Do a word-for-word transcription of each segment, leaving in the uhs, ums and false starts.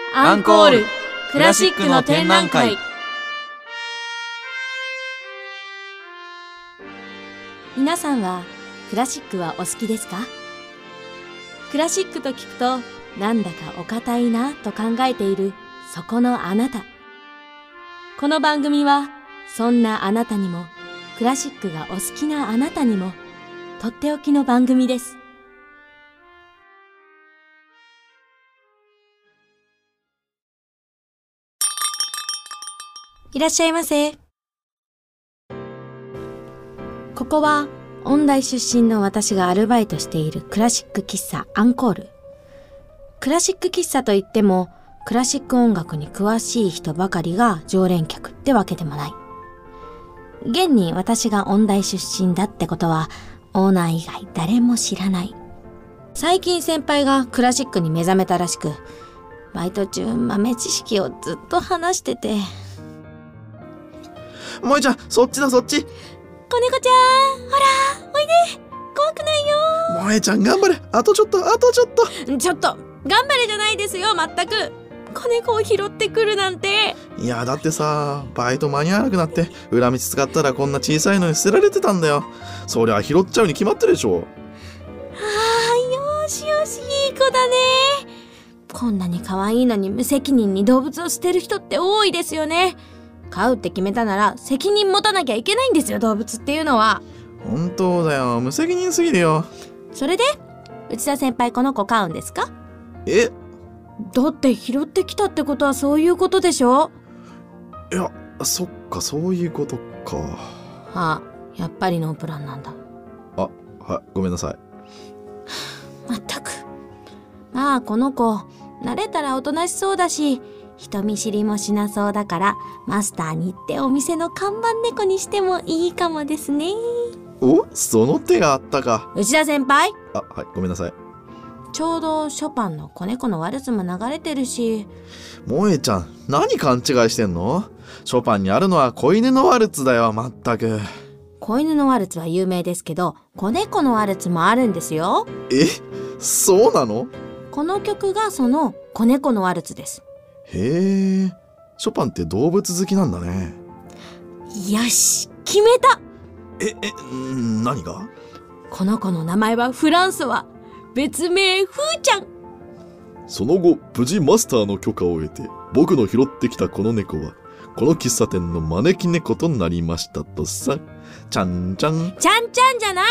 アンコールクラシックの展覧会。 皆さんはクラシックはお好きですか？クラシックと聞くとなんだかお堅いなと考えているそこのあなた。この番組はそんなあなたにもクラシックがお好きなあなたにもとっておきの番組です。いらっしゃいませ。ここは音大出身の私がアルバイトしているクラシック喫茶アンコール。クラシック喫茶といってもクラシック音楽に詳しい人ばかりが常連客ってわけでもない。現に私が音大出身だってことはオーナー以外誰も知らない。最近先輩がクラシックに目覚めたらしく、バイト中豆知識をずっと話してて。 萌ちゃん、そっちだそっち。 子猫ちゃん、ほらおいで、怖くないよ。 萌ちゃん頑張れ、あとちょっとあとちょっと。 ちょっと頑張れじゃないですよ、まったく。子猫を拾ってくるなんて。 いやだってさ、バイト間に合わなくなって裏道使ったらこんな小さいのに捨てられてたんだよ。そりゃ拾っちゃうに決まってるでしょ。 ああ、よしよし、いい子だね。こんなに可愛いのに無責任に動物を捨てる人って多いですよね。飼うって決めたなら責任持たなきゃいけないんですよ、動物っていうのは。 本当だよ、無責任すぎるよ。 それで内田先輩、この子飼うんですか？ えだって拾ってきたってことはそういうことでしょ？ いや、そっか、そういうことか。 はあ、やっぱりノープランなんだ。 あ、はい、ごめんなさい。 まったく。まあこの子慣れたらおとなしそうだし人見知りもしなそうだから、マスターに言ってお店の看板猫にしてもいいかもですね。 お、その手があったか。 内田先輩、 あ、はい、ごめんなさい。 ちょうどショパンの子猫のワルツも流れてるし。 萌ちゃん、何勘違いしてんの？ショパンにあるのは子犬のワルツだよ、まったく。 子犬のワルツは有名ですけど、子猫のワルツもあるんですよ。 え、そうなの？ この曲がその子猫のワルツです。 へえ、ショパンって動物好きなんだね。 よし、決めた。 え、え、ん何が？ この子の名前はフランソワ、別名フーちゃん。 その後無事マスターの許可を得て、僕の拾ってきたこの猫はこの喫茶店の招き猫となりましたとさ。ちゃんちゃん。 ちゃんちゃんじゃない。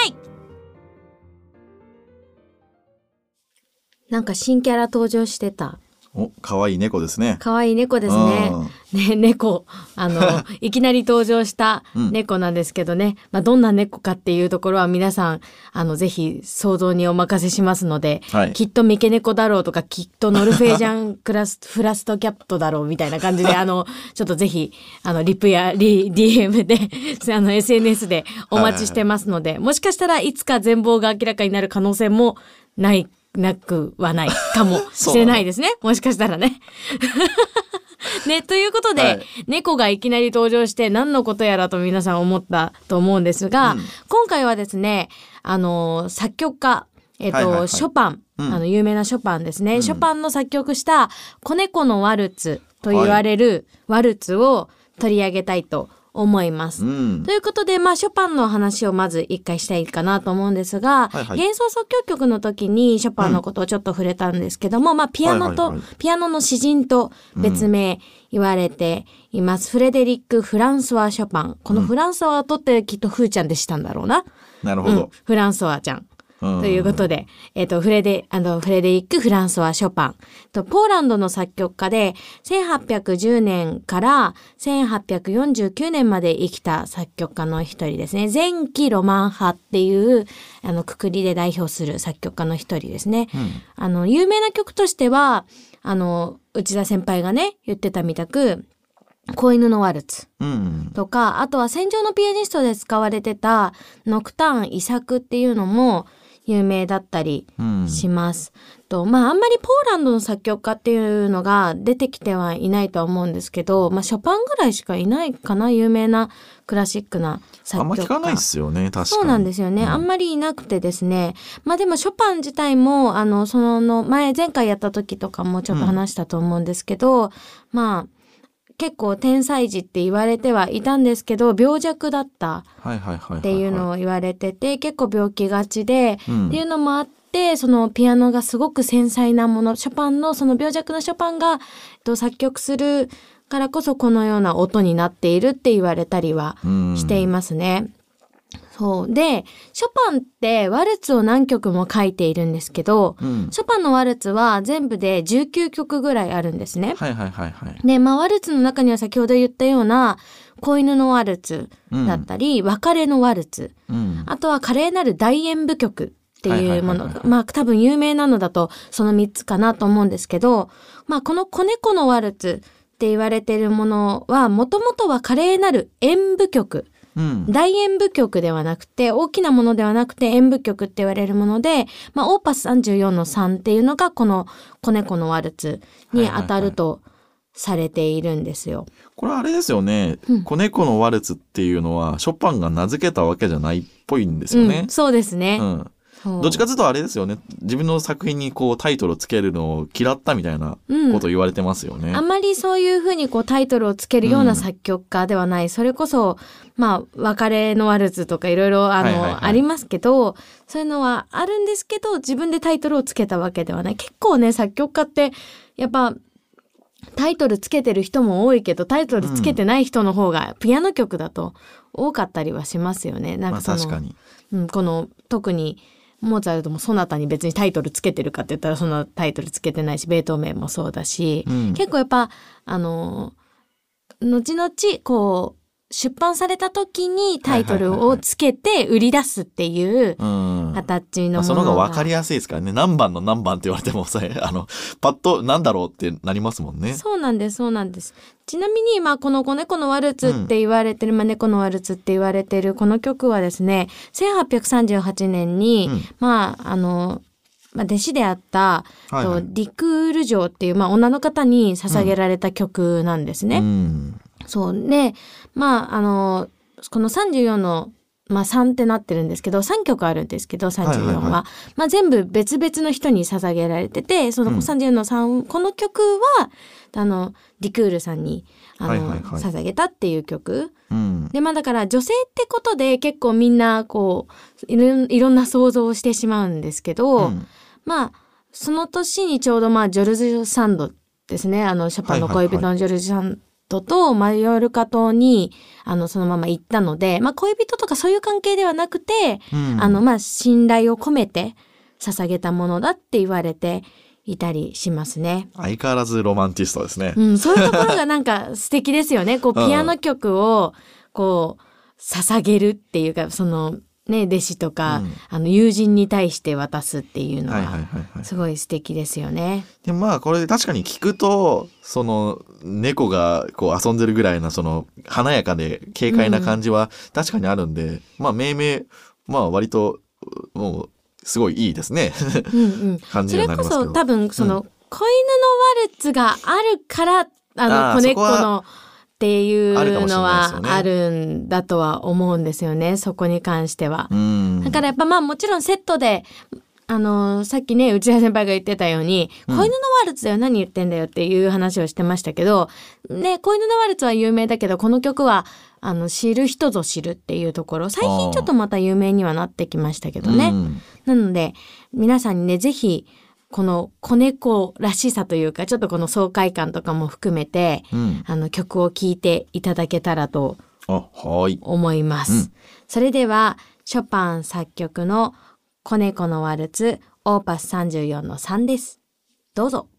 なんか新キャラ登場してた。 お、可愛い猫ですね。 可愛い猫ですね。ね、猫、あのいきなり登場した猫なんですけどね。うん、まあどんな猫かっていうところは皆さんあのぜひ想像にお任せしますので、はい、きっと三毛猫だろうとか、きっとノルフェージャンクラスフラストキャットだろうみたいな感じであのちょっとぜひあのリプやリ ディーエム であの エスエヌエス でお待ちしてますので、はいはいはい、もしかしたらいつか全貌が明らかになる可能性もないなくはないかもしれないですね。もしかしたらね。ね、ということで、はい、猫がいきなり登場して何のことやらと皆さん思ったと思うんですが、うん、今回はですね、あの作曲家、えっと、はいはいはい、ショパン、うん、あの有名なショパンですね、うん、ショパンの作曲した子猫のワルツと言われるワルツを取り上げたいと思います、うん、ということで、まあ、ショパンの話をまず一回したいかなと思うんですが、はいはい、幻想即興曲の時にショパンのことをちょっと触れたんですけども、うん、まあ、ピアノと、はいはいはい、ピアノの詩人と別名言われています、うん、フレデリック・フランソワ・ショパン。このフランソワを取ってきっとフーちゃんでしたんだろうな。 なるほど、うん、 フランソワちゃんということで、えっと、フレデ、あの、フレデリック・フランソワ・ショパン。と、ポーランドの作曲家で、せんはっぴゃくじゅうねんからせんはっぴゃくよんじゅうきゅうねんまで生きた作曲家の一人ですね。前期ロマン派っていう、あの、くくりで代表する作曲家の一人ですね。うん、あの、有名な曲としては、あの、内田先輩がね、言ってたみたく、子犬のワルツとか、うん、あとは戦場のピアニストで使われてたノクターン遺作っていうのも有名だったりします。うん、とまああんまりポーランドの作曲家っていうのが出てきてはいないとは思うんですけど、まあショパンぐらいしかいないかな、有名なクラシックな作曲家。 あんま聞かないですよね、確かに。 そうなんですよね、うん、あんまりいなくてですね。まあでもショパン自体もあのその前前回やった時とかもちょっと話したと思うんですけど、うん、まあ結構天才児って言われてはいたんですけど、病弱だったっていうのを言われてて、結構病気がちで、うん、っていうのもあってそのピアノがすごく繊細なもの、ショパンのその病弱なショパンが、えっと、作曲するからこそこのような音になっているって言われたりはしていますね。そうで、ショパンってワルツを何曲も書いているんですけど、うん、ショパンのワルツは全部でじゅうきゅうきょくぐらいあるんですね。 はいはいはいはい。 で、まあワルツの中には先ほど言ったような子犬のワルツだったり、うん、別れのワルツ、うん、あとは華麗なる大演舞曲っていうもの、まあ多分有名なのだとそのみっつかなと思うんですけど、まあこの子猫のワルツって言われているものはもともとは華麗なる演舞曲、うん、大演舞曲ではなくて大きなものではなくて演舞曲って言われるもので、まあ、オーパスさんじゅうよんのさんっていうのがこの子猫のワルツに当たるとされているんですよ。 はいはいはい、これあれですよね、うん、子猫のワルツっていうのはショパンが名付けたわけじゃないっぽいんですよね。 うん、そうですね、 うんどっちかというとあれですよね、自分の作品にこうタイトルをつけるのを嫌ったみたいなことを言われてますよね。 うん、あんまりそういうふうにこうタイトルをつけるような作曲家ではない、うん、それこそまあ別れのワルツとかいろいろあの、はいはいはい、ありますけど、そういうのはあるんですけど自分でタイトルをつけたわけではない。結構ね作曲家ってやっぱタイトルつけてる人も多いけどタイトルつけてない人の方がピアノ曲だと多かったりはしますよね。なんかその、 まあ、確かに、 うん、この特にモーツァルトもソナタに別にタイトルつけてるかって言ったらそんなタイトルつけてないし、ベートーベンもそうだし、うん、結構やっぱあの後々こう出版された時にタイトルをつけて売り出すっていう形のものが、まあ、 その方が分かりやすいですからね。何番の何番って言われてもさあのパッとなんだろうってなりますもんね。 そうなんですそうなんです。ちなみに、まあ、この子猫のワルツって言われてる、うん、まあ、猫のワルツって言われてるこの曲はですねせんはっぴゃくさんじゅうはちねんに、うん、まああのまあ、弟子であった、はいはい、ディクール城っていう、まあ、女の方に捧げられた曲なんですね。うん、そうでまああのこのさんじゅうよんの、まあ、さんってなってるんですけどさんきょくあるんですけどさんじゅうよんは、はいはいはいまあ、全部別々の人に捧げられててそのさんじゅうよんのさん、うん、この曲はあのディクールさんにあの、はいはいはい、捧げたっていう曲、うん、でまあだから女性ってことで結構みんなこういろ、いろんな想像をしてしまうんですけど、うん、まあその年にちょうどまあジョルジュ・サンドですねあのショパンの恋人のジョルジュ・サンドとマヨルカ島にあのそのまま行ったので、まあ、恋人とかそういう関係ではなくて、うん、あのまあ信頼を込めて捧げたものだって言われていたりしますね。 相変わらずロマンティストですね、 うん、そういうところがなんか素敵ですよね。こうピアノ曲をこう捧げるっていうかそのね弟子とか、うん、あの友人に対して渡すっていうのはすごい素敵ですよね。はいはいはいはい、 でもまあこれで確かに聞くとその猫がこう遊んでるぐらいなその華やかで軽快な感じは確かにあるんで、うん、まあ命名まあ割ともうすごいいいですねうん、うん、感じになりますけど、 それこそ多分その、うん、子犬のワルツがあるからあの子猫のっていうのはあるんだとは思うんですよね、そこに関しては。うんだからやっぱまあもちろんセットであのー、さっきね内田先輩が言ってたように、うん、子犬のワルツだよ何言ってんだよっていう話をしてましたけどね、子犬のワルツは有名だけどこの曲はあの知る人ぞ知るっていうところ最近ちょっとまた有名にはなってきましたけどね、うん、なので皆さんにねぜひこの子猫らしさというかちょっとこの爽快感とかも含めて、うん、あの曲を聴いていただけたらと思います。うん、それではショパン作曲の子猫のワルツオーパスさんじゅうよんのさんです。どうぞ。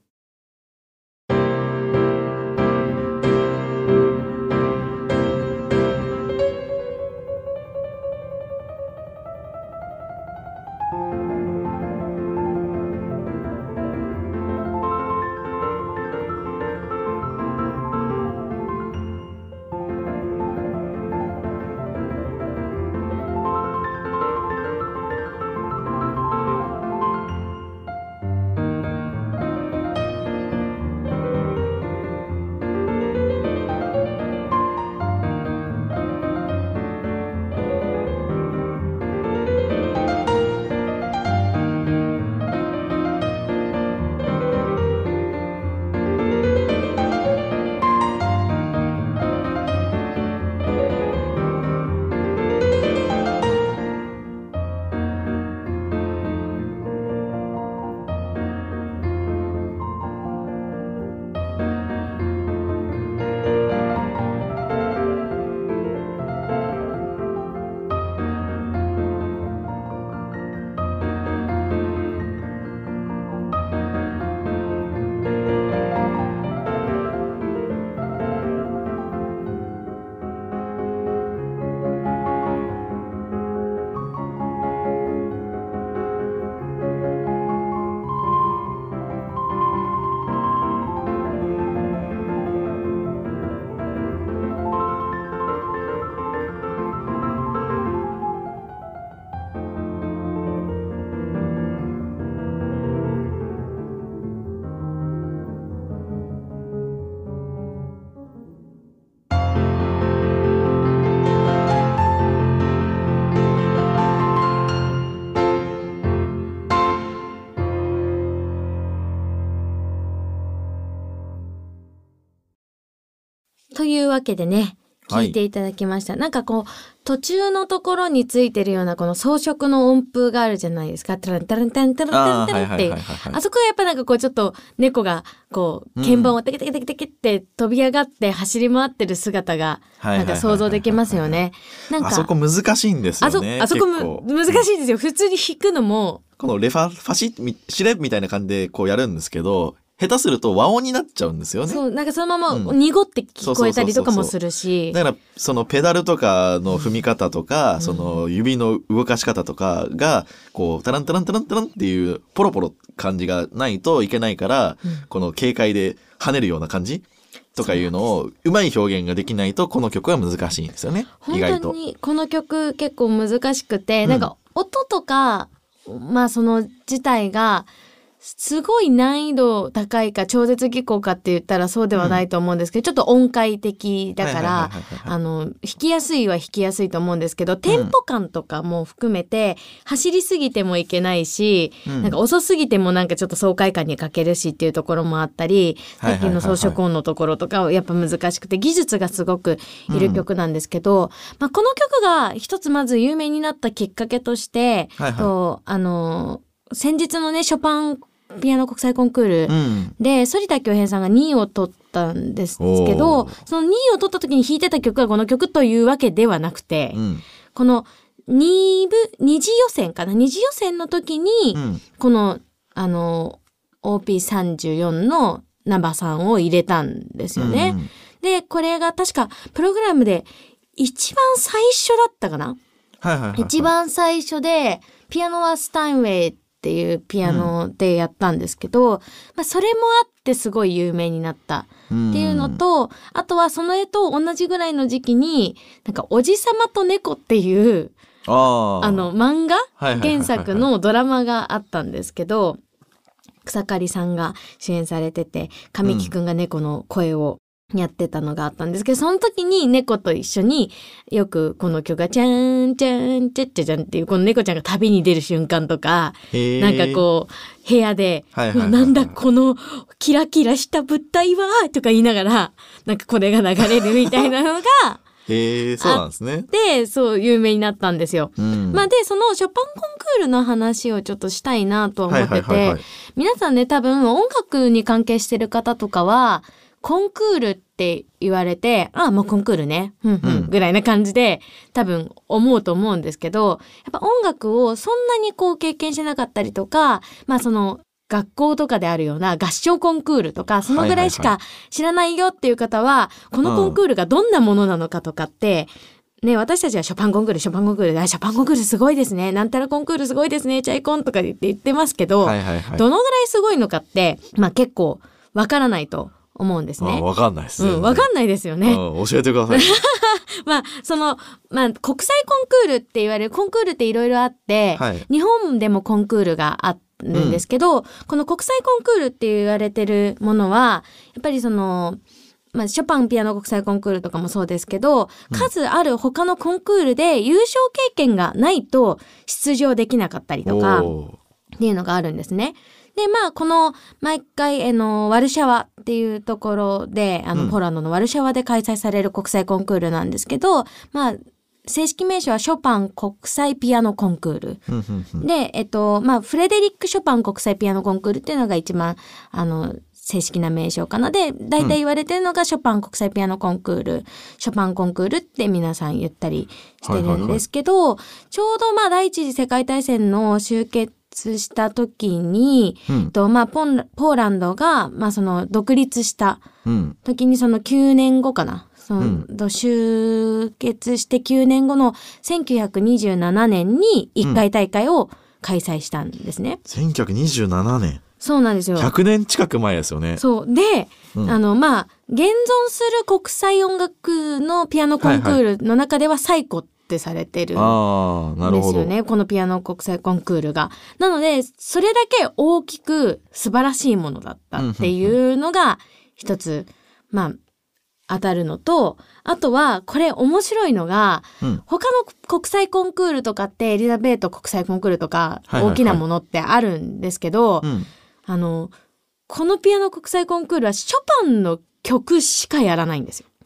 というわけでね、 はい聞いていただきました。なんかこう、途中のところについてるようなこの装飾の音符があるじゃないですか。タランタランタランタランタランタランっていう。あそこはやっぱなんかこうちょっと猫がこう、鍵盤をテケテケテケテケって飛び上がって走り回ってる姿がなんか想像できますよね。なんかあそこ難しいんですよね。 あそ、あそこむ難しいですよ。普通に弾くのも。 このレファ、ファシッ、シレみたいな感じでこうやるんですけど、下手すると和音になっちゃうんですよね。 そう、なんかそのまま濁って聞こえたりとかもするし。 だからそのペダルとかの踏み方とか、うん、その指の動かし方とかがこうタランタランタランタランっていうポロポロ感じがないといけないから、うん、この軽快で跳ねるような感じとかいうのをうまい表現ができないとこの曲は難しいんですよね。意外と。 本当にこの曲結構難しくて、うん、なんか音とかまあその自体がすごい難易度高いか超絶技巧かって言ったらそうではないと思うんですけど、うん、ちょっと音階的だからあの弾きやすいは弾きやすいと思うんですけど、テンポ感とかも含めて走りすぎてもいけないし、うん、なんか遅すぎてもなんかちょっと爽快感に欠けるしっていうところもあったり、さっきの装飾音のところとかはやっぱ難しくて技術がすごくいる曲なんですけど、うん、まあ、この曲が一つまず有名になったきっかけとして、はいはい、とあの先日のねショパンピアノ国際コンクールで、うん、反田恭平さんがにいを取ったんですけど、そのにいを取った時に弾いてた曲がこの曲というわけではなくて、うん、このに部二次予選かな二次予選の時に、うん、このあの オーピーさんじゅうよん のナンバーさんを入れたんですよね、うん、でこれが確かプログラムで一番最初だったかな、はいはいはいはい、一番最初でピアノはスタインウェイっていうピアノでやったんですけど、うん、まあ、それもあってすごい有名になったっていうのと、うん、あとはその絵と同じぐらいの時期になんかおじさまと猫っていうああの漫画原作のドラマがあったんですけど、草刈さんが主演されてて神木くんが猫の声をやってたのがあったんですけど、その時に猫と一緒によくこの曲がチャーンチャーンチャッチャジャンっていうこの猫ちゃんが旅に出る瞬間とか、なんかこう部屋で、はいはいはいはい、なんだこのキラキラした物体はとか言いながらなんかこれが流れるみたいなのがへー、そうなんですね。 で、そう有名になったんですよ。うん、まあでそのショパンコンクールの話をちょっとしたいなと思ってて、はいはいはいはい、皆さんね多分音楽に関係してる方とかはコンクールって言われて、ああもうコンクールね、ふんふんぐらいな感じで多分思うと思うんですけど、やっぱ音楽をそんなにこう経験してなかったりとか、まあその学校とかであるような合唱コンクールとかそのぐらいしか知らないよっていう方は、はいはいはい、このコンクールがどんなものなのかとかって、ね、私たちはショパンコンクール、ショパンコンクールで、あ、ショパンコンクールすごいですね。なんたらコンクールすごいですね。チャイコンとか言って言ってますけど、はいはいはい、どのぐらいすごいのかって、まあ結構わからないと思うんですね。 わかんないですね。 うん、わかんないですよね。 うん、教えてください。 まあ、その、まあ、国際コンクールって言われる、コンクールっていろいろあって、はい、日本でもコンクールがあるんですけど、うん、この国際コンクールって言われてるものは、やっぱりその、まあ、ショパンピアノ国際コンクールとかもそうですけど、うん、数ある他のコンクールで優勝経験がないと出場できなかったりとかっていうのがあるんですね。で、まあ、この毎回、あの、ワルシャワっていうところで、あの、うん、ポーランドのワルシャワで開催される国際コンクールなんですけど、まあ、正式名称はショパン国際ピアノコンクール。で、えっと、まあ、フレデリック・ショパン国際ピアノコンクールっていうのが一番、あの、正式な名称かな。で、大体言われてるのがショパン国際ピアノコンクール、ショパンコンクールって皆さん言ったりしてるんですけど、はいはいはい、ちょうどまあ、第一次世界大戦の終結した時に、うん、とまあ、ポンポーランドが、まあ、その独立した時にそのきゅうねんごかな、その、うん、終結してきゅうねんごのせんきゅうひゃくにじゅうななねんにいっかい大会を開催したんですね。うん、 せんきゅうひゃくにじゅうななねん。 そうなんですよ。 ひゃくねん近く前ですよね。 そうで、うん、あのまあ現存する国際音楽のピアノコンクールの中では最古ってされてるんですよね。このピアノ国際コンクールが。なのでそれだけ大きく素晴らしいものだったっていうのが一つ、まあ当たるのと、あとはこれ面白いのが、うん、他の国際コンクールとかってエリザベート国際コンクールとか大きなものってあるんですけど、はいはいはい、あのこのピアノ国際コンクールはショパンの曲しかやらないんですよ。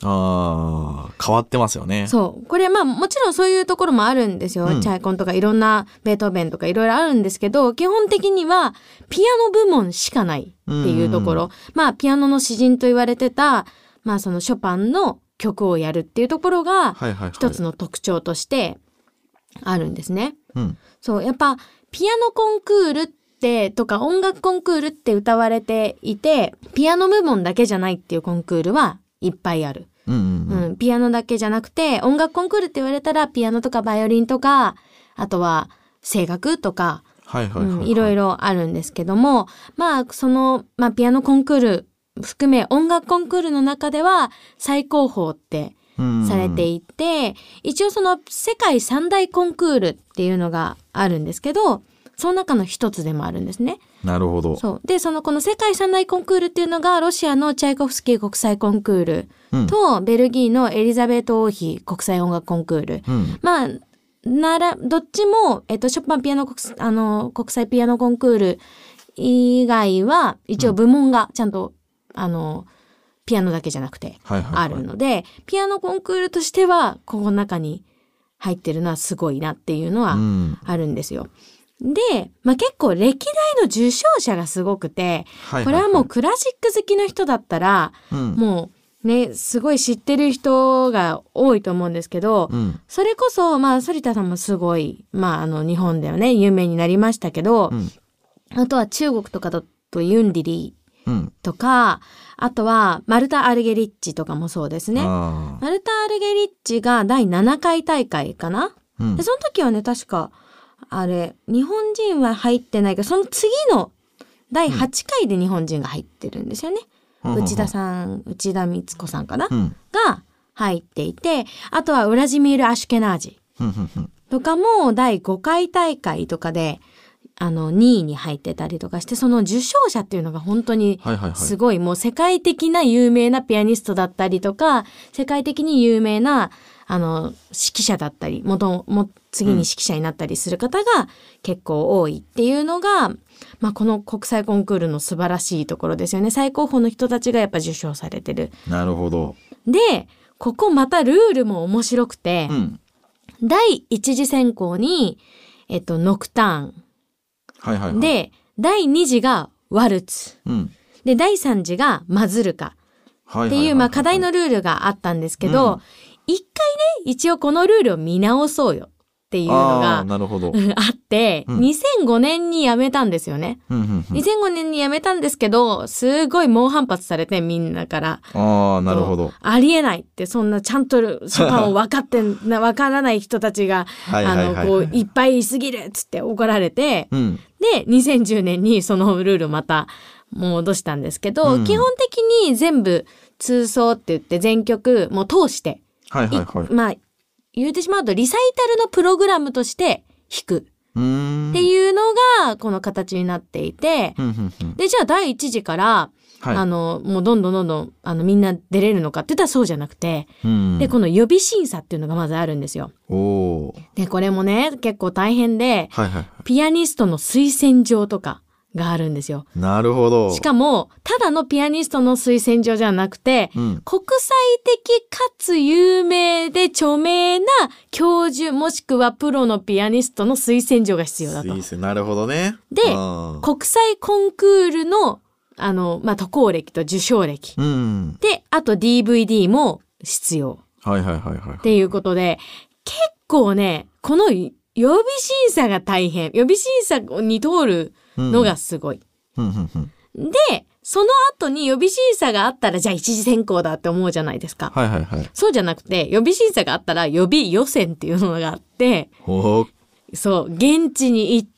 ああ、変わってますよね。 そう。これまあもちろんそういうところもあるんですよ。 うんチャイコンとかいろんなベートーベンとかいろいろあるんですけど、基本的にはピアノ部門しかないっていうところ。 うんまあピアノの詩人と言われてた、まあそのショパンの曲をやるっていうところがはいはいはい。 一つの特徴としてあるんですね。 うん。 そう。やっぱピアノコンクールってとか音楽コンクールって歌われていて、ピアノ部門だけじゃないっていうコンクールはいっぱいある。 うんうんうん。 うん、ピアノだけじゃなくて音楽コンクールって言われたらピアノとかバイオリンとかあとは声楽とか、 はいはいはい、はいうん、いろいろあるんですけども、まあその、まあ、ピアノコンクール含め音楽コンクールの中では最高峰ってされていて、一応その世界三大コンクールっていうのがあるんですけど、その中の一つでもあるんですね。 なるほど。 そうでそのこの世界三大コンクールっていうのがロシアのチャイコフスキー国際コンクールうんと、ベルギーのエリザベート王妃国際音楽コンクール。 うん。 まあならどっちも、えっと、ショパンピアノ国あの国際ピアノコンクール以外は一応部門がちゃんと、あのピアノだけじゃなくてはいはいはいあるので、ピアノコンクールとしてはここの中に入ってるのはすごいなっていうのはうん。 あるんですよ。で、まあ、結構歴代の受賞者がすごくて、 はいはいはい。 これはもうクラシック好きの人だったら、 うん。 もうね、すごい知ってる人が多いと思うんですけど、 うん。 それこそ、まあ、反田さんもすごい、まあ、あの、日本ではね、有名になりましたけど、 うん。 あとは中国とかだとユンディリうん。 とか、あとはマルタ・アルゲリッチとかもそうですね。 ああ。 マルタ・アルゲリッチがだいななかい大会かな、 うんで、その時はね、確か、あれ、日本人は入ってないけど、その次のだいはちかいで日本人が入ってるんですよね。 うん内田さん、内田光子さんかな、 うん。 が入っていて、あとはウラジミール・アシュケナージうんうんうん。 とかもだいごかい大会とかで、あの、にいに入ってたりとかして、その受賞者っていうのが本当にはいはいはい。 すごい、もう世界的な有名なピアニストだったりとか、世界的に有名な、あの、指揮者だったり、もとも、次に指揮者になったりする方が結構多いっていうのが、まあ、この国際コンクールの素晴らしいところですよね。最高峰の人たちがやっぱ受賞されてる。 なるほど。 で、ここまたルールも面白くて、 うん。 だいいち次選考に、えっと、ノクターン。 はいはいはい。、 で、だいに次がワルツ。 うん。 で、だいさん次がマズルカ。 はいはいはいはい。 っていう、まあ、課題のルールがあったんですけど、一、回ね、一応このルールを見直そうよっていうのあがあ、なるほど。 あって、 うんにせんごねんにやめたんですよね。 うんうんうん。 にせんごねんにやめたんですけど、すごい猛反発されてみんなから。 ああ、なるほど。 ありえないって、そんなちゃんとショパンを分かってんな、分からない人たちが、 はいはいはいはいあの、こう、いっぱいいすぎるっつって怒られて、 うん。 で、にせんじゅうねんにそのルールをまた戻したんですけど、 うん基本的に全部通奏って言って全曲もう通して、 はいはいはい。 まあ、言うてしまうとリサイタルのプログラムとして弾くうーん。 っていうのがこの形になっていて、 うんうんうん。 で、じゃあだいいち次から、 はい。 あの、もうどんどんどんどん、あの、みんな出れるのかって言ったらそうじゃなくて、 うん。 で、この予備審査っていうのがまずあるんですよ。 おお。 で、これもね、結構大変で、 はいはい。 ピアニストの推薦状とかがあるんですよ。 なるほど。 しかも、ただのピアニストの推薦状じゃなくて、 うん。 国際的かつ有名で著名な教授もしくはプロのピアニストの推薦状が必要だといい。ですね。なるほどね。 でうん国際コンクールの、あの、まあ、渡航歴と受賞歴。 うん。 で、あと ディーブイディー も必要。 はいはいはいはい。 っていうことで、結構ね、この予備審査が大変。予備審査に通るのがすごい。 うんうんうん。 で、その後に予備審査があったら、じゃあ一次選考だって思うじゃないですか。 はいはいはい。 そうじゃなくて、予備審査があったら予備予選っていうのがあって、 ほう。 そう、現地に行って、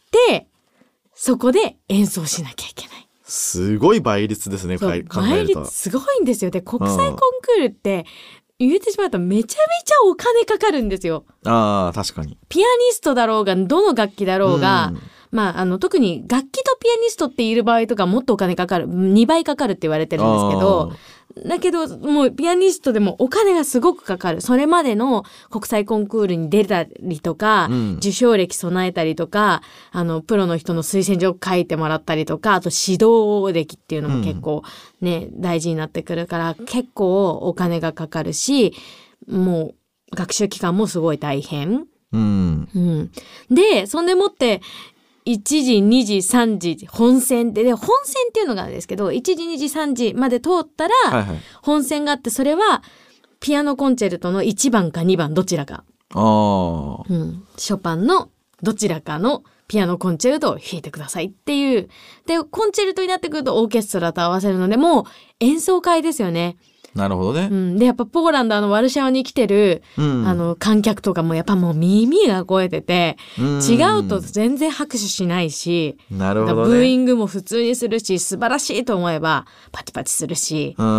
そこで演奏しなきゃいけない。 すごい倍率ですね、 そう、 かい考え倍ると。 率すごいんですよ。で、国際コンクールって、言ってしまうとめちゃめちゃお金かかるんですよ。 ああ、確かに。 ピアニストだろうが、どの楽器だろうが、 うんまあ、あの、特に楽器とピアニストっている場合とかもっとお金かかる、にばいかかるって言われてるんですけど、 だけどもうピアニストでもお金がすごくかかる。それまでの国際コンクールに出たりとか、うん、受賞歴備えたりとか、あのプロの人の推薦状を書いてもらったりとか、あと指導歴っていうのも結構ね、うん、大事になってくるから、結構お金がかかるし、もう学習期間もすごい大変。 うんうん、でそんでもっていちじにじさんじ本選で、で本選っていうのがあるんですけど、いちじにじさんじまで通ったら本選があって、それはピアノコンチェルトのいちばんかにばんどちらか、 あ、うん、 ショパンのどちらかのピアノコンチェルトを弾いてくださいっていう。でコンチェルトになってくるとオーケストラと合わせるので、もう演奏会ですよね。 なるほどね、 うん、でやっぱポーランドのワルシャワに来てる、うん、あの観客とかもやっぱもう耳が超えてて、うん、違うと全然拍手しないし、 なるほどね、 ブーイングも普通にするし、素晴らしいと思えばパチパチするし、 うん、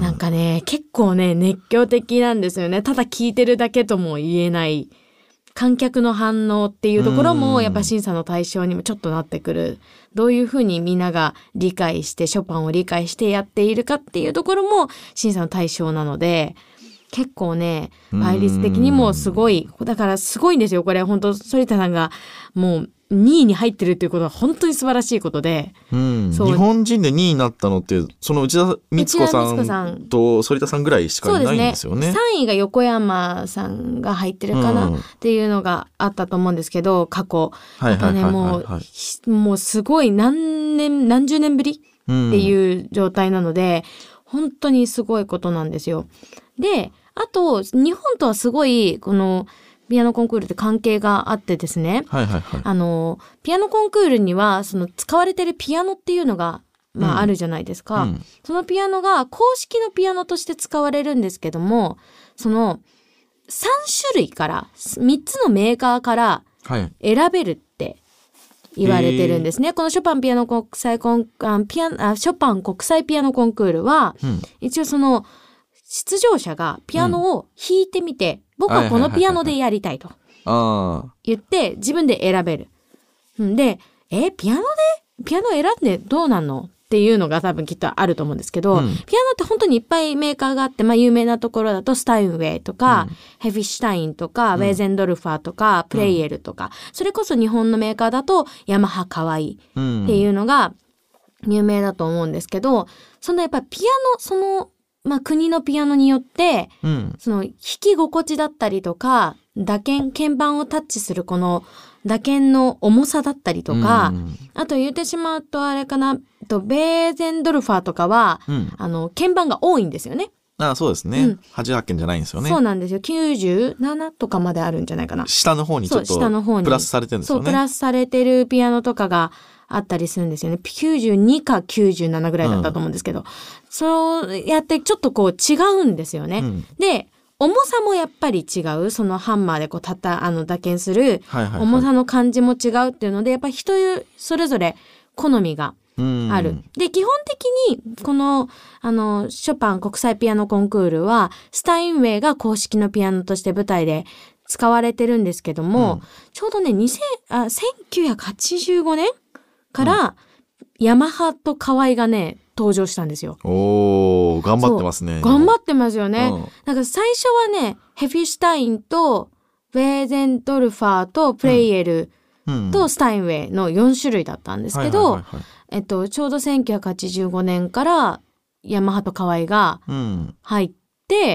なんかね結構ね熱狂的なんですよね。ただ聞いてるだけとも言えない観客の反応っていうところもやっぱ審査の対象にもちょっとなってくる。どういうふうにみんなが理解してショパンを理解してやっているかっていうところも審査の対象なので、結構ね倍率的にもすごい、だからすごいんですよこれ。本当反田さんがもうにいに入ってるっていうことは本当に素晴らしいことで、 うん、日本人でにいになったのってその内田光子さんと反田さんぐらいしかいないんですよね。 そうですね、さんいが横山さんが入ってるかな、うん、っていうのがあったと思うんですけど、過去やっぱねもうもうすごい何年何十年ぶりっていう状態なので、うん、本当にすごいことなんですよ。であと日本とはすごいこのピアノコンクールって関係があってですね、 はいはいはい、 あのピアノコンクールにはその使われてるピアノっていうのが、まあ、あるじゃないですか、 うん、 そのピアノが公式のピアノとして使われるんですけども、そのさん種類からみっつのメーカーから選べるって言われてるんですね、はい、このショパンピアノ国際コンあピアあショパン国際ピアノコンクールは、うん、一応その出場者がピアノを弾いてみて、うん、僕はこのピアノでやりたいと言って自分で選べる。で、え、ピアノでピアノ選んでどうなんのっていうのが多分きっとあると思うんですけど、うん、ピアノって本当にいっぱいメーカーがあって、まあ有名なところだとスタインウェイとか、うん、ヘフィシュタインとか、うん、ウェーゼンドルファーとか、プレイエルとか、それこそ日本のメーカーだとヤマハカワイっていうのが有名だと思うんですけど、そのやっぱピアノ、そのまあ、国のピアノによって、うん、その弾き心地だったりとか打鍵鍵盤をタッチするこの打鍵の重さだったりとか、うん、あと言ってしまうとあれかなとベーゼンドルファーとかは、うん、あの鍵盤が多いんですよね。 ああそうですね、うん、はちじゅうはちけんじゃないんですよね。 そうなんですよ。きゅうじゅうななとかまであるんじゃないかな。 下の方にちょっとプラスされてるんですよね。 そうプラスされてるピアノとかがあったりするんですよね。きゅうじゅうにかきゅうじゅうななぐらいだったと思うんですけど、うん、そうやってちょっとこう違うんですよね、うん、で重さもやっぱり違う。そのハンマーでこうたたあの打鍵する重さの感じも違うっていうので、やっぱり人それぞれ好みがある。で基本的にこのあのショパン国際ピアノコンクールはスタインウェイが公式のピアノとして舞台で使われてるんですけども、うん、ちょうどねにせんあせんきゅうひゃくはちじゅうごねんから、うん、ヤマハと河合がね登場したんですよ。 おー頑張ってますね。 頑張ってますよね、うん、なんか最初はねヘフィシュタインとウェーゼンドルファーとプレイエルとスタインウェイのよん種類だったんですけど、えっとちょうどせんきゅうひゃくはちじゅうごねんからヤマハと河合が入って、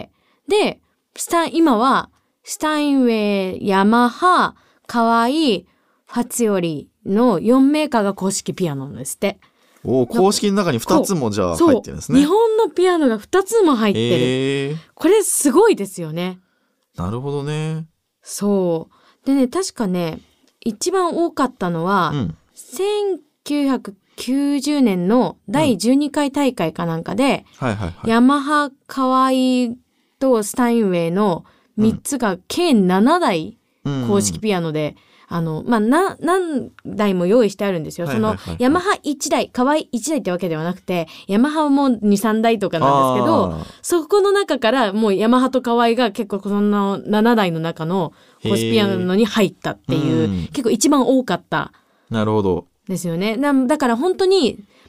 うん、でスタ今はスタインウェイ、ヤマハ、河合、ファツヨリのよんメーカーが公式ピアノなんですって。 お公式の中にふたつもじゃあ入ってるんですね。 日本のピアノがふたつも入ってる、えー、これすごいですよね。 なるほどね。 そうでね、確かね一番多かったのは、うん、せんきゅうひゃくきゅうじゅうねんのだいじゅうにかい大会かなんかで、 うんはいはいはい、 ヤマハ、河合とスタインウェイのみっつが計ななだい公式ピアノで、うん、あのまあな何台も用意してあるんですよ。そのヤマハいちだい、河合いちだいってわけではなくて、ヤマハもにさんだいとかなんですけど、そこの中からもうヤマハと河合が結構そのななだいの中の公式ピアノに入ったっていう、うん、結構一番多かった。 なるほど。 ですよね。だから本当に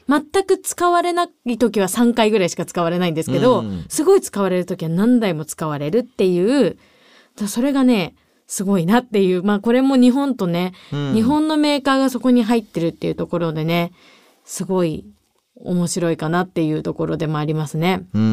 全く使われない時はさんかいぐらいしか使われないんですけど、うん、すごい使われる時は何台も使われるっていう、それがねすごいなっていう、まあこれも日本とね、うん、日本のメーカーがそこに入ってるっていうところでね、すごい面白いかなっていうところでもありますね。 うん、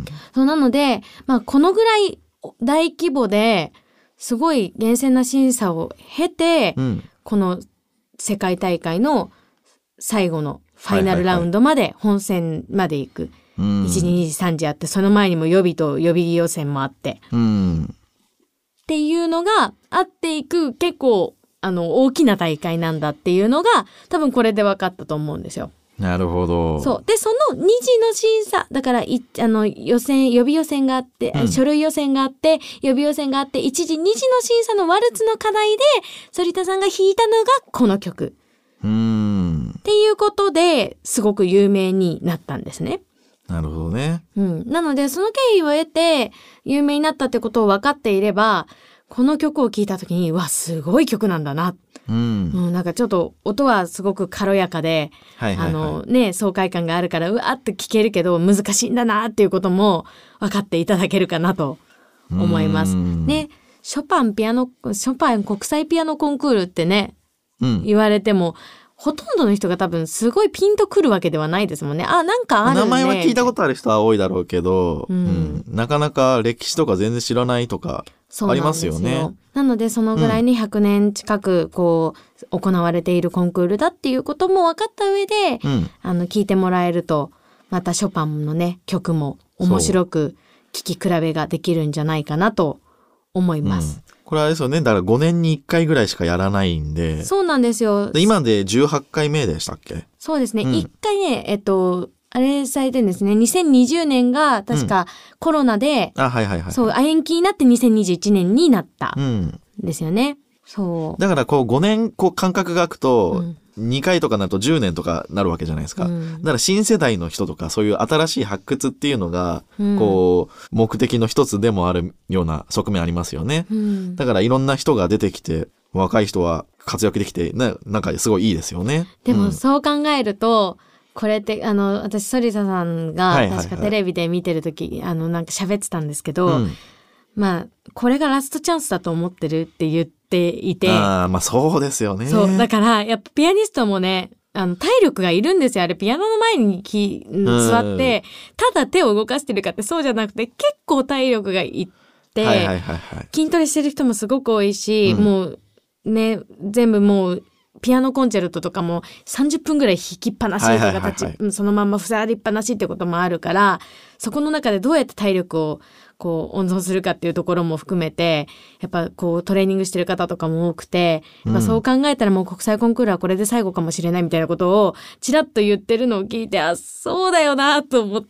そうなので、まあこのぐらい大規模ですごい厳正な審査を経て、うん、この世界大会の最後のファイナルラウンドまで本戦まで行く、はいはいはい、いち、に、に、さんじあって、その前にも予備と予備予選もあって、 うん、 っていうのがあっていく結構あの大きな大会なんだっていうのが多分これで分かったと思うんですよ。 なるほど。 そうでそのに次の審査だからいあの予選予備予選があって、うん、書類予選があって予備予選があっていち次に次の審査のワルツの課題で反田さんが弾いたのがこの曲うーんっていうことですごく有名になったんですね。 なるほどね、 うん、なのでその経緯を得て有名になったってことを分かっていればこの曲を聴いた時にわすごい曲なんだな、 うんうん、 なんかちょっと音はすごく軽やかで、 はいはいはい、 あのね爽快感があるからうわって聴けるけど難しいんだなっていうことも分かっていただけるかなと思います。ね、ショパンピアノショパン国際ピアノコンクールってね、うん、言われてもほとんどの人が多分すごいピンとくるわけではないですもんね。あ、なんかあるね。 名前は聞いたことある人は多いだろうけど、うんうん、なかなか歴史とか全然知らないとかありますよね。 な, なのでそのぐらいにひゃくねん近くこう行われているコンクールだっていうことも分かった上で、うん、あの聞いてもらえるとまたショパンのね曲も面白く聴き比べができるんじゃないかなと思います。 うんこれあれですよね。だからごねんにいっかいぐらいしかやらないんで。 そうなんですよ。 で今でじゅうはちかいめでしたっけ？ そうですね。うん、いっかいね、えっと、あれされてるんですね。にせんにじゅうねんが確かコロナで、 うん、あ、はいはいはい。 そう、延期になってにせんにじゅういちねんになったんですよね。うん、そう。 だからこうごねんこう間隔が空くと、にかいとかなるとじゅうねんとかなるわけじゃないですか、うん、だから新世代の人とかそういう新しい発掘っていうのが、うん、こう目的の一つでもあるような側面ありますよね、うん、だからいろんな人が出てきて若い人は活躍できて な, なんかすごいいいですよね。 でもそう考えると、うんこれってあの私反田さんが確かテレビで見てる時、はいはいはい、あのなんか喋ってたんですけど、うん、まあこれがラストチャンスだと思ってるって言っていて、 あまあそうですよね。 そうだからやっぱピアニストもねあの体力がいるんですよ。あれピアノの前にき座ってただ手を動かしてるかってそうじゃなくて結構体力がいって、 はいはいはいはい、 筋トレしてる人もすごく多いし、うん、もうね全部もうピアノコンチェルトとかもさんじゅっぷんぐらい弾きっぱなしとか、はいはいはいはい、そのまんま塞がりっぱなしってこともあるからそこの中でどうやって体力をこう温存するかっていうところも含めてやっぱこうトレーニングしてる方とかも多くて、やっぱそう考えたらもう国際コンクールはこれで最後かもしれないみたいなことをちらっと言ってるのを聞いてあそうだよなと思って、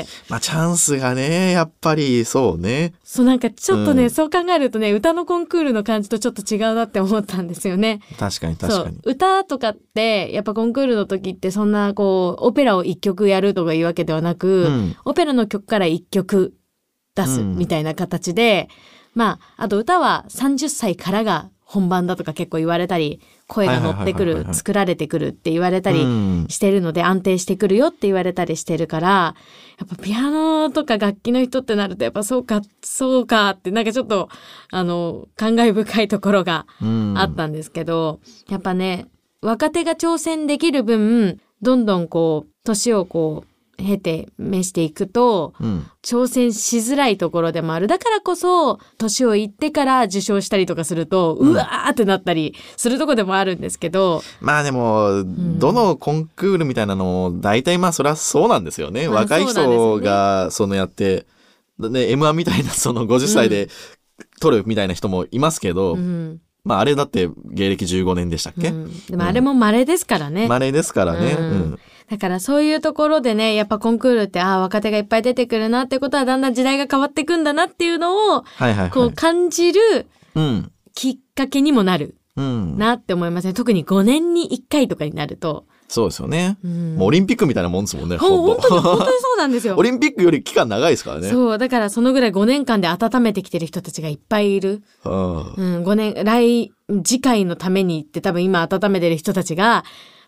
まあチャンスがねやっぱりそうねそうなんかちょっとね、うん、そう考えるとね歌のコンクールの感じとちょっと違うなって思ったんですよね。 確かに確かに。 そう歌とかってやっぱコンクールの時ってそんなこうオペラをいっきょくやるとかいうわけではなく、うん、オペラの曲からいっきょく出すみたいな形で、うん、まああと歌はさんじゅっさいからが本番だとか結構言われたり声が乗ってくる作られてくるって言われたりしてるので、安定してくるよって言われたりしてるからやっぱピアノとか楽器の人ってなるとやっぱそうかそうかってなんかちょっとあの感慨深いところがあったんですけど、やっぱね若手が挑戦できる分どんどんこう年をこう経て召していくと、うん、挑戦しづらいところでもある。だからこそ年をいってから受賞したりとかすると、うん、うわーってなったりするとこでもあるんですけど、 まあでも、うん、どのコンクールみたいなのも大体まあそれはそうなんですよね、まあ、若い人がそのやってね エムワン みたいなそのごじゅっさいで取るみたいな人もいますけど、うんまああれだって芸歴じゅうごねんでしたっけ、うん、 でもあれも稀ですからね、 稀ですからね、うんうん、 だからそういうところでねやっぱコンクールってああ若手がいっぱい出てくるなってことはだんだん時代が変わっていくんだなっていうのを、はいはいはい、こう感じるきっかけにもなるなって思いますね、うん、特にごねんにいっかいとかになるとそうですよね、うん、もうオリンピックみたいなもんですもんね。 本当に本当にそうなんですよオリンピックより期間長いですからね。 そうだからそのぐらいごねんかんで温めてきてる人たちがいっぱいいる、うんうん、ごねん来次回のためにって多分今温めてる人たちが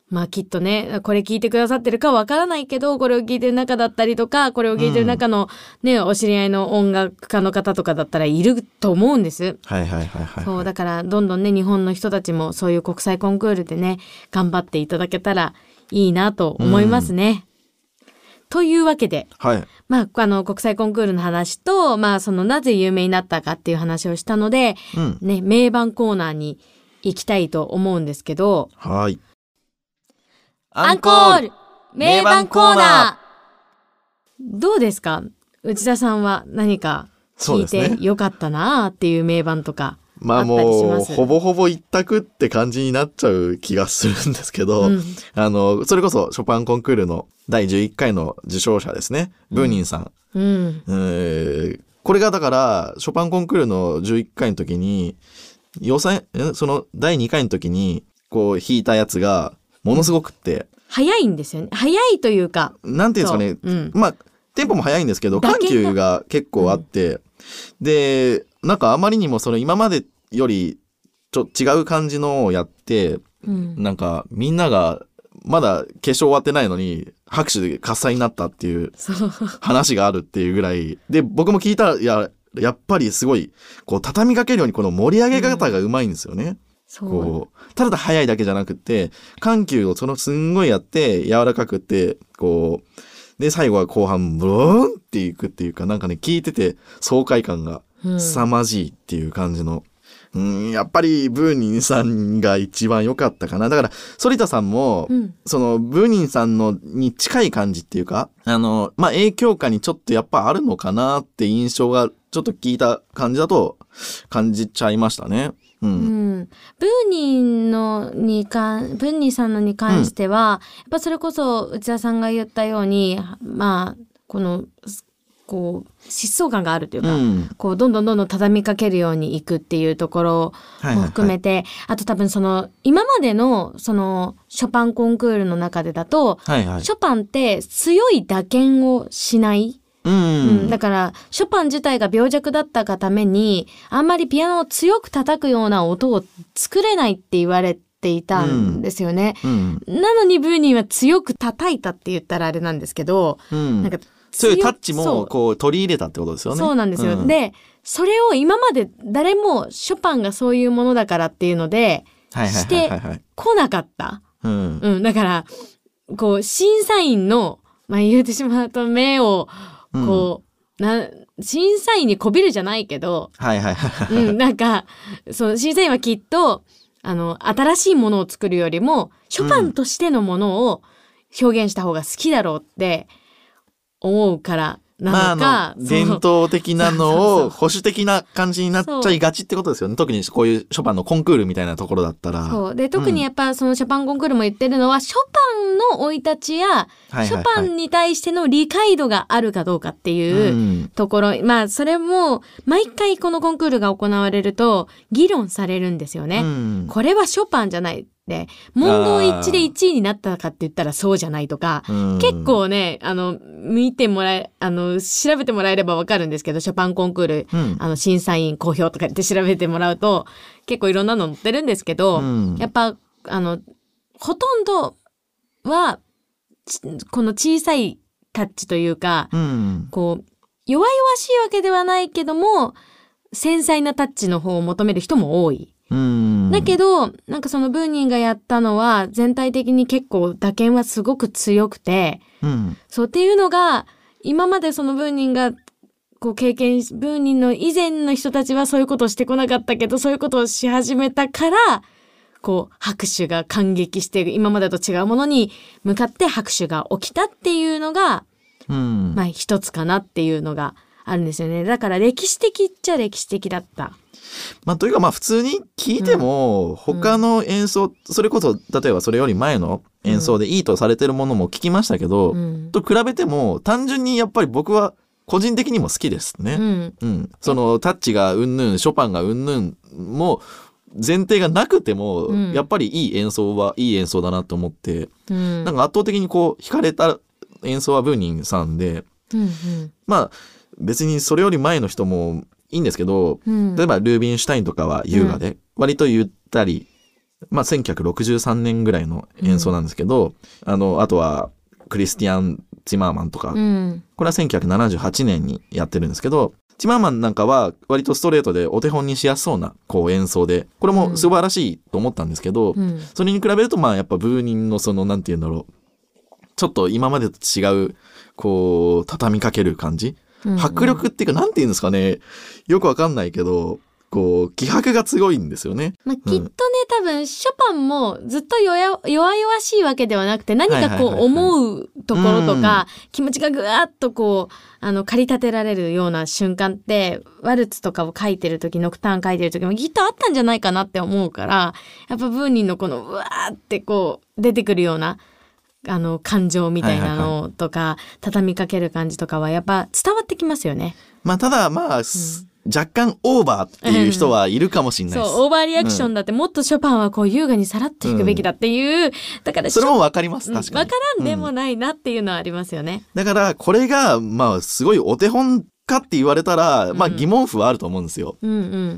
まあきっとね、これ聞いてくださってるかわからないけど、これを聞いてる中だったりとか、これを聞いてる中のね、うん、お知り合いの音楽家の方とかだったらいると思うんです。 はいはいはいはい。 そう、だからどんどんね、日本の人たちもそういう国際コンクールでね、頑張っていただけたらいいなと思いますね。うん、というわけで、 はい。 まあ、あの、国際コンクールの話と、まあ、その、なぜ有名になったかっていう話をしたので、うん、ね、名盤コーナーに行きたいと思うんですけど、 はい。 アンコール名盤コーナー。どうですか、内田さんは何か聞いてよかったなーっていう名盤とかあったりします？ まあもうほぼほぼ一択って感じになっちゃう気がするんですけど、うん、あのそれこそショパンコンクールのだいじゅういっかいの受賞者ですね、ブーニンさん、うんえー、これがだからショパンコンクールのじゅういっかいの時に予選そのだいにかいの時にこう弾いたやつがものすごくって早いんですよね。早いというかなんていうんですかね、うん、まあテンポも早いんですけど緩急が結構あって、うん、でなんかあまりにもその今までよりちょっと違う感じのをやって、うん、なんかみんながまだ決勝終わってないのに拍手で喝采になったっていう話があるっていうぐらいで、僕も聞いたらいややっぱりすごいこう畳みかけるようにこの盛り上げ方がうまいんですよね。うんこうただ速いだけじゃなくて緩急をそのすんごいやって柔らかくってこうで最後は後半ブローンっていくっていうかなんかね聞いてて爽快感が凄まじいっていう感じの、うん、やっぱりブーニンさんが一番良かったかな。だから反田さんも、うん、そのブーニンさんのに近い感じっていうかあのまあ影響下にちょっとやっぱあるのかなって印象がちょっと聞いた感じだと感じちゃいましたね。うんうん、 ブーニンのに関ブーニンさんのに関しては、うん、やっぱそれこそ内田さんが言ったようにまあこのこう疾走感があるというか、うん、こうどんどんどんどん畳みかけるようにいくっていうところも含めて、はいはいはい、あと多分その今までのそのショパンコンクールの中でだと、はいはい、ショパンって強い打鍵をしないうんうん、だからショパン自体が病弱だったがためにあんまりピアノを強く叩くような音を作れないって言われていたんですよね、うんうん、なのにブーニーは強く叩いたって言ったらあれなんですけど、うん、なんかそういうタッチもこう取り入れたってことですよね。 そうなんですよ、うん、でそれを今まで誰もショパンがそういうものだからっていうのでしてこなかった、うんうん、だからこう審査員の、まあ、言ってしまうと目をこう、うん、な審査員にこびるじゃないけど、はいはいはい、うん、なんかその審査員はきっとあの新しいものを作るよりもショパンとしてのものを表現した方が好きだろうって思うからなのか、 まあ、あの伝統的なのを保守的な感じになっちゃいがちってことですよね。特にこういうショパンのコンクールみたいなところだったら。 そうで特にやっぱそのショパンコンクールも言ってるのは、うん、ショパンの生い立ちや、はいはいはい、ショパンに対しての理解度があるかどうかっていうところ、うん、まあそれも毎回このコンクールが行われると議論されるんですよね、うん、これはショパンじゃないで問答一致でいちいになったかって言ったらそうじゃないとか、結構ねあの見てもらえあの調べてもらえればわかるんですけど、ショパンコンクール、うん、あの審査員公表とか言って調べてもらうと結構いろんなの載ってるんですけど、うん、やっぱあのほとんどはこの小さいタッチというか、うん、こう弱々しいわけではないけども繊細なタッチの方を求める人も多い。うんだけどなんかそのブーニンがやったのは全体的に結構打鍵はすごく強くて、うん、そうっていうのが今までそのブーニンがこう経験ブーニンの以前の人たちはそういうことをしてこなかったけどそういうことをし始めたからこう拍手が感激して今までと違うものに向かって拍手が起きたっていうのが、うん、まあ一つかなっていうのがあるんですよね。だから歴史的っちゃ歴史的だった。 まあ、というかまあ普通に聞いても他の演奏、うん、それこそ例えばそれより前の演奏でいいとされてるものも聞きましたけど、うん、と比べても単純にやっぱり僕は個人的にも好きですね、うんうん、そのタッチがうんぬんショパンがうんぬんも前提がなくても、うん、やっぱりいい演奏はいい演奏だなと思って、うん、なんか圧倒的にこう惹かれた演奏はブーニンさんで、うんうん、まあ別にそれより前の人もいいんですけど、うん、例えばルービンシュタインとかは優雅で、うん、割とゆったりまあ、せんきゅうひゃくろくじゅうさんねんぐらいの演奏なんですけど、うん、あのあとはクリスティアン・チマーマンとか、うん、これはせんきゅうひゃくななじゅうはちねんにやってるんですけど、チマーマンなんかは割とストレートでお手本にしやすそうなこう演奏で、これも素晴らしいと思ったんですけど、うん、それに比べるとまあやっぱブーニンのそのなんて言うんだろう、ちょっと今までと違うこう畳みかける感じ、うんうん、迫力っていうかなんて言うんですかね、よくわかんないけどこう気迫がすごいんですよね。 まあ、きっとね、うん、多分ショパンもずっと弱々しいわけではなくて、何かこう思うところとか気持ちがぐわっとこうあの駆り立てられるような瞬間ってワルツとかを書いてる時、ノクターン書いてる時もきっとあったんじゃないかなって思うから、やっぱブーニンのこのうわーってこう出てくるようなあの感情みたいなのとか、はいはいはい、畳みかける感じとかはやっぱ伝わってきますよね。 まあただまあ、うん、若干オーバーっていう人はいるかもしれないです。 そうオーバーリアクションだって、うん、もっとショパンはこう優雅にさらっと弾くべきだっていう、うん、だからそれもわかります。確かにわからんでもないなっていうのはありますよね、 うん、だからこれがまあすごいお手本かって言われたら、まあ疑問符はあると思うんですよ、うんうん、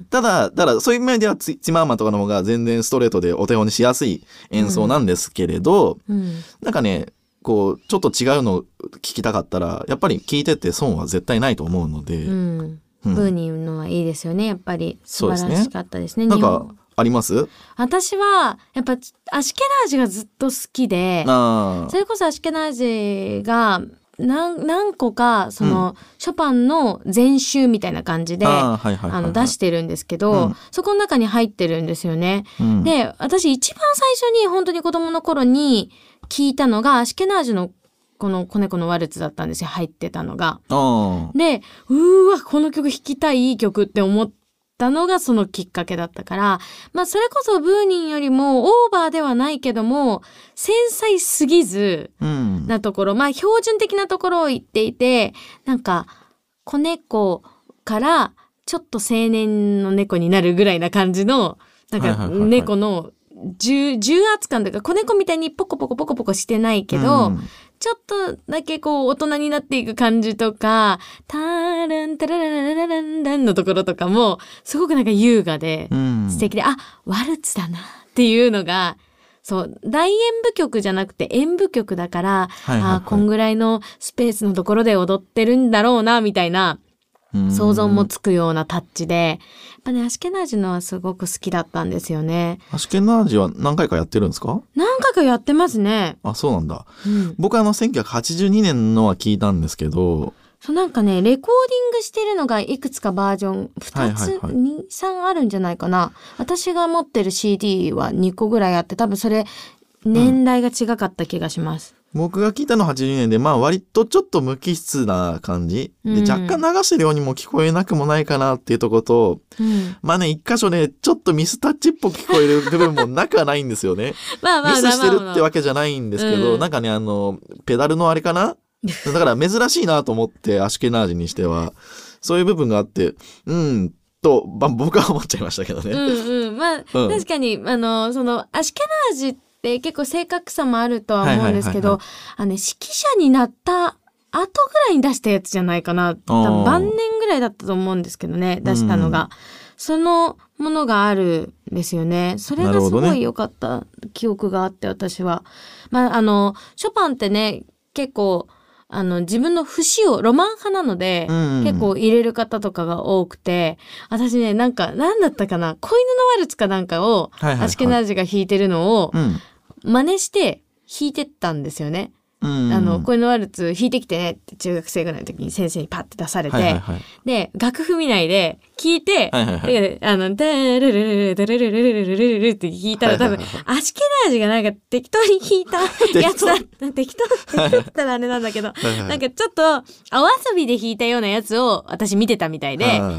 ただただそういう意味ではチマーマンとかの方が全然ストレートでお手本にしやすい演奏なんですけれど、うんうん、なんかねこうちょっと違うの聞きたかったらやっぱり聞いてて損は絶対ないと思うので、うんうん、ブーニンのはいいですよね。やっぱり素晴らしかったですね。 なんかあります？ 私はやっぱアシュケナージがずっと好きで、それこそアシュケナージが何, 何個かその、うん、ショパンの全集みたいな感じで出してるんですけど、うん、そこの中に入ってるんですよね、うん、で私一番最初に本当に子供の頃に聞いたのがアシュケナージのこの子猫のワルツだったんですよ、入ってたのが。でうーわこの曲弾きたい、いい曲って思ったのがそのきっかけだったから、まあそれこそブーニンよりもオーバーではないけども繊細すぎずなところ、うん、まあ標準的なところを言っていて、なんか子猫からちょっと青年の猫になるぐらいな感じのなんか猫の重, 重圧感というか、子猫みたいにポコポコポコポコしてないけど、うん、ちょっとだけこう大人になっていく感じとか、ターランタララララランランのところとかもすごくなんか優雅で素敵で、うん、あワルツだなっていうのが、そう大演舞曲じゃなくて演舞曲だから、はいはいはい、あこんぐらいのスペースのところで踊ってるんだろうなみたいな想像もつくようなタッチで、やっぱねアシュケナージのはすごく好きだったんですよね。 アシュケナージは何回かやってるんですか？ 何回かやってますね。 あ、そうなんだ、うん、僕はあのせんきゅうひゃくはちじゅうにねんのは聞いたんですけど、 そうなんかねレコーディングしてるのがいくつかバージョンふたつ、はいはいはい、に、さんあるんじゃないかな。私が持ってる シーディー はにこぐらいあって、多分それ年代が違かった気がします、 うん、僕が聞いたのははちじゅうにねんで、まあ割とちょっと無機質な感じで、若干流してるようにも聞こえなくもないかなっていうところと、うん、まあね一箇所ねちょっとミスタッチっぽく聞こえる部分もなくはないんですよねまあまあミスしてるってわけじゃないんですけど、うん、なんかねあのペダルのあれかなだから珍しいなと思って、アシュケナージにしてはそういう部分があって、うんと僕は思っちゃいましたけどね。 うんうん、まあ、うん、確かにあのそのアシュケナージって結構正確さもあるとは思うんですけど、はいはいはいはい、あの、ね、指揮者になった後ぐらいに出したやつじゃないかな。多分晩年ぐらいだったと思うんですけどね、出したのが、うん、そのものがあるんですよね。それがすごい良かった記憶があって、私はまああのショパンってね結構あの自分の節をロマン派なので、うん、結構入れる方とかが多くて、私ねなんか何だったかな、子犬のワルツかなんかを、はいはいはい、アシュケナージが弾いてるのを真似して弾いてったんですよね。うん、あの子犬のワルツ弾いてきてねって中学生ぐらいの時に先生にパッて出されて、はいはいはい、で楽譜見ないで聞いて、はいはいはい、あのダルルルルルルルルルルルルって聞いたら、多分、はいはいはい、アシュケナージがなんか適当に弾いたやつだ適当って言ったらあれなんだけどはい、はい、なんかちょっとお遊びで弾いたようなやつを私見てたみたいで、はい、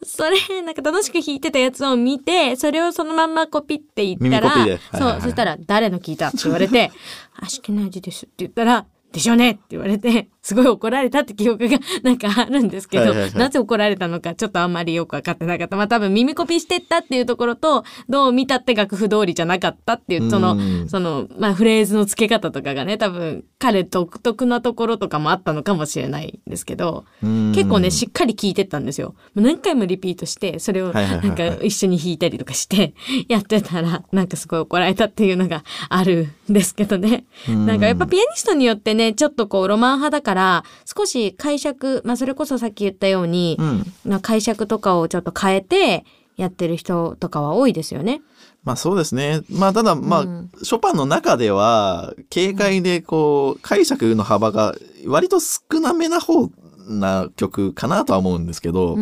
それなんか楽しく弾いてたやつを見て、それをそのまんまコピって言ったら、はいはいはい、そうそしたら誰の聞いたって言われてアシュケナージですって言ったらでしょうねって言われて、 すごい怒られたって記憶がなんかあるんですけど、 はいはいはい、 なぜ怒られたのかちょっとあんまりよく分かってなかった。まあ多分耳コピしてったっていうところと、どう見たって楽譜通りじゃなかったっていう、その、その、まあフレーズの付け方とかがね、多分彼独特なところとかもあったのかもしれないんですけど、結構ね、しっかり聞いてったんですよ。何回もリピートして、それをなんか一緒に弾いたりとかしてやってたら、なんかすごい怒られたっていうのがあるんですけどね。なんかやっぱピアニストによってね、ちょっとこうロマン派だから、少し解釈、まあそれこそさっき言ったように、うん、解釈とかをちょっと変えてやってる人とかは多いですよね。 まあそうですね。まあただまあ、うん、ショパンの中では軽快でこう解釈の幅が割と少なめな方な曲かなとは思うんですけど、うん、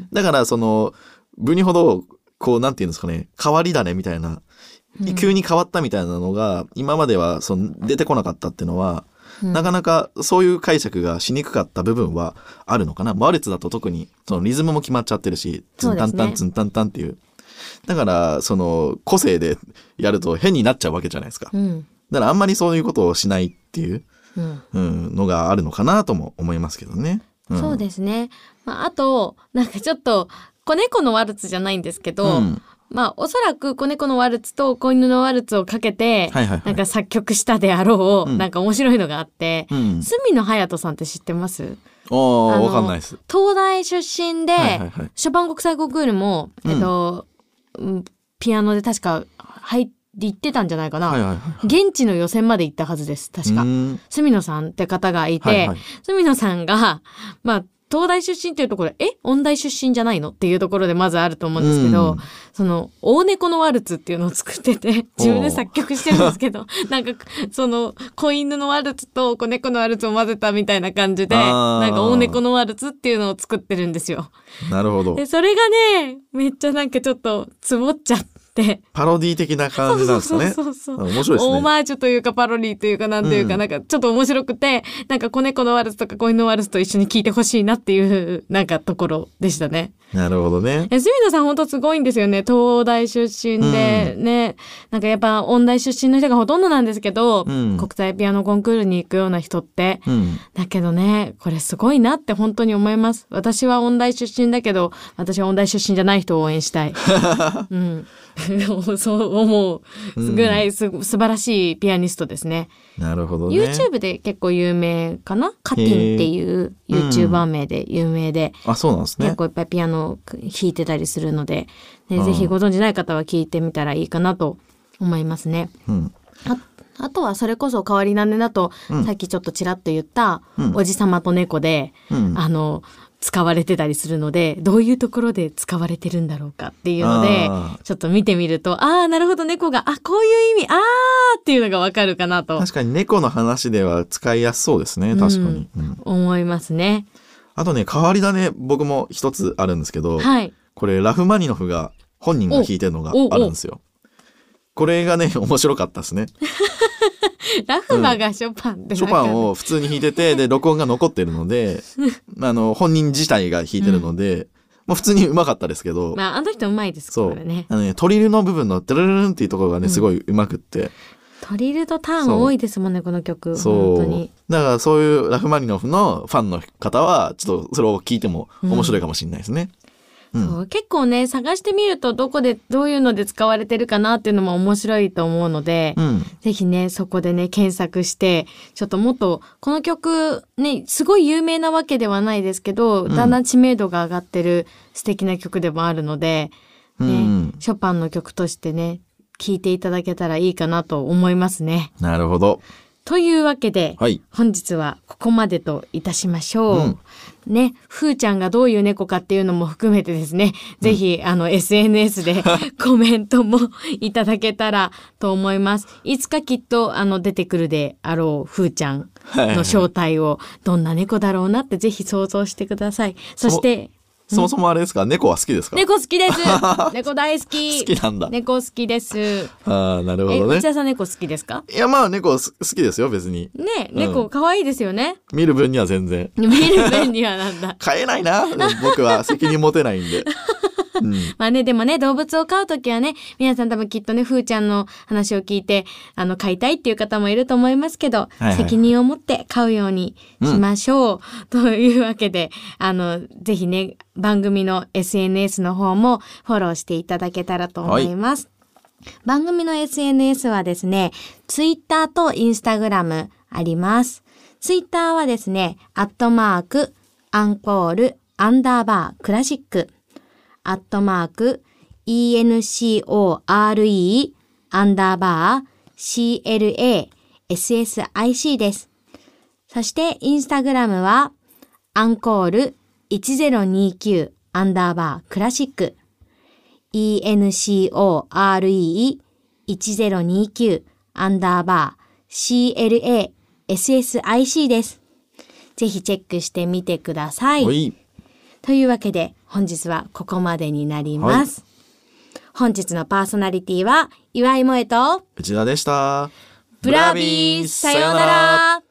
だからその部にほどこうなんていうんですかね、変わり種みたいな、うん、急に変わったみたいなのが今まではその出てこなかったっていうのは、うん、なかなかそういう解釈がしにくかった部分はあるのかな。ワルツだと特にそのリズムも決まっちゃってるし、ツンタンタンツンタンタンっていう。だからその個性でやると変になっちゃうわけじゃないですか。うん、だからあんまりそういうことをしないっていう、うんうん、のがあるのかなとも思いますけどね。 うん、そうですね。まあ、あとなんかちょっと子猫のワルツじゃないんですけど、うん、まあおそらく子猫のワルツと子犬のワルツをかけて、はいはいはい、なんか作曲したであろう、うん、なんか面白いのがあって、うん、角野隼人さんって知ってます？ ああ、わかんないです。 東大出身で、はいはいはい、ショパン国際コンクールも、えっと、うん、ピアノで確か入って行ってたんじゃないかな、はいはいはい、現地の予選まで行ったはずです。確か角野さんって方がいて、はいはい、角野さんがまあ東大出身というところ、え音大出身じゃないのっていうところでまずあると思うんですけど、その大猫のワルツっていうのを作ってて自分で作曲してるんですけどなんかその子犬のワルツと子猫のワルツを混ぜたみたいな感じで、なんか大猫のワルツっていうのを作ってるんですよ。 なるほど。 でそれがねめっちゃなんかちょっとつぼっちゃってパロディ的な感じなんですかね。 そうそうそうそう。 面白いですね。 オマージュというかパロディというかなんていうか、うん、なんかちょっと面白くて、なんか子猫のワルツとか子犬のワルツと一緒に聴いてほしいなっていうなんかところでしたね。 なるほどね。 角野さん本当すごいんですよね。東大出身で、うん、ね、なんかやっぱ音大出身の人がほとんどなんですけど、うん、国際ピアノコンクールに行くような人って、うん、だけどね、これすごいなって本当に思います。私は音大出身だけど、私は音大出身じゃない人を応援したい。うん。そう思うぐらいす、うん、素晴らしいピアニストですね。 なるほどね。 YouTube で結構有名かな。カティンっていう YouTuber 名で有名で、 うん、あ、そうなんですね。 結構いっぱいピアノ弾いてたりするので、ね、ぜひご存じない方は聞いてみたらいいかなと思いますね。うん、あ, あとはそれこそ変わり種だと、うん、さっきちょっとちらっと言った、うん、おじさまと猫で、うん、あの使われてたりするので、どういうところで使われてるんだろうかっていうのでちょっと見てみると、ああなるほど、猫があこういう意味あーっていうのがわかるかなと。 確かに猫の話では使いやすそうですね。確かに、うんうん、 思いますね。 あとね、変わり種僕も一つあるんですけど、はい、これラフマニノフが本人が弾いてるのがあるんですよ。これがね面白かったですね。 ラフマがショパンって、うん、 ショパンを普通に弾いてて、で録音が残ってるのであの本人自体が弾いてるので、うん、もう普通にうまかったですけど、 まあ、あの人うまいですからね。 そうあのねトリルの部分のトゥルルルンっていうところがねすごいうまくって、うん、 トリルとターン多いですもんねこの曲。 そう本当にだからそういうラフマニノフのファンの方はちょっとそれを聞いても面白いかもしれないですね。 うん、そう結構ね探してみるとどこでどういうので使われてるかなっていうのも面白いと思うので、うん、ぜひねそこでね検索してちょっともっとこの曲ねすごい有名なわけではないですけど、うん、だんだん知名度が上がってる素敵な曲でもあるので、ねうん、ショパンの曲としてね聴いていただけたらいいかなと思いますね。 なるほど。 というわけで、はい、本日はここまでといたしましょう。うんね、ふーちゃんがどういう猫かっていうのも含めてですね、うん、ぜひあの エスエヌエス でコメントもいただけたらと思います。いつかきっとあの出てくるであろうふーちゃんの正体をどんな猫だろうなってぜひ想像してください。そしてそもそもあれですか、猫は好きですか？ 猫好きです。猫大好き。 好きなんだ。 猫好きです。 ああ、なるほどね。 え、内田さん猫好きですか？ いや、まあ猫好きですよ、別に。 ね、うん、猫可愛いですよね。 見る分には全然。 見る分にはなんだ。 飼えないな、僕は責任持てないんで。 うん、 まあね、でもね、動物を飼うときはね、皆さん多分きっとね、ふーちゃんの話を聞いて、あの、飼いたいっていう方もいると思いますけど、はいはい、責任を持って飼うようにしましょう。うん、というわけで、あの、ぜひね、番組の エスエヌエス の方もフォローしていただけたらと思います。はい、番組の エスエヌエス はですね、Twitter と Instagram あります。Twitter はですね、アットマーク、アンコール、アンダーバー、クラシック、アットマーク、イーエヌシーオーアールイー、アンダーバー、シーエルエーエスエスアイシー です。そして、インスタグラムは、アンコールいちゼロにきゅう、アンダーバー、クラシック、イーエヌシーオーアールイーいちゼロにきゅう、アンダーバー、シーエルエーエスエスアイシー です。ぜひチェックしてみてください。 はい。 というわけで本日はここまでになります。はい、本日のパーソナリティは岩井萌と内田でした。 ブラビー、さようなら。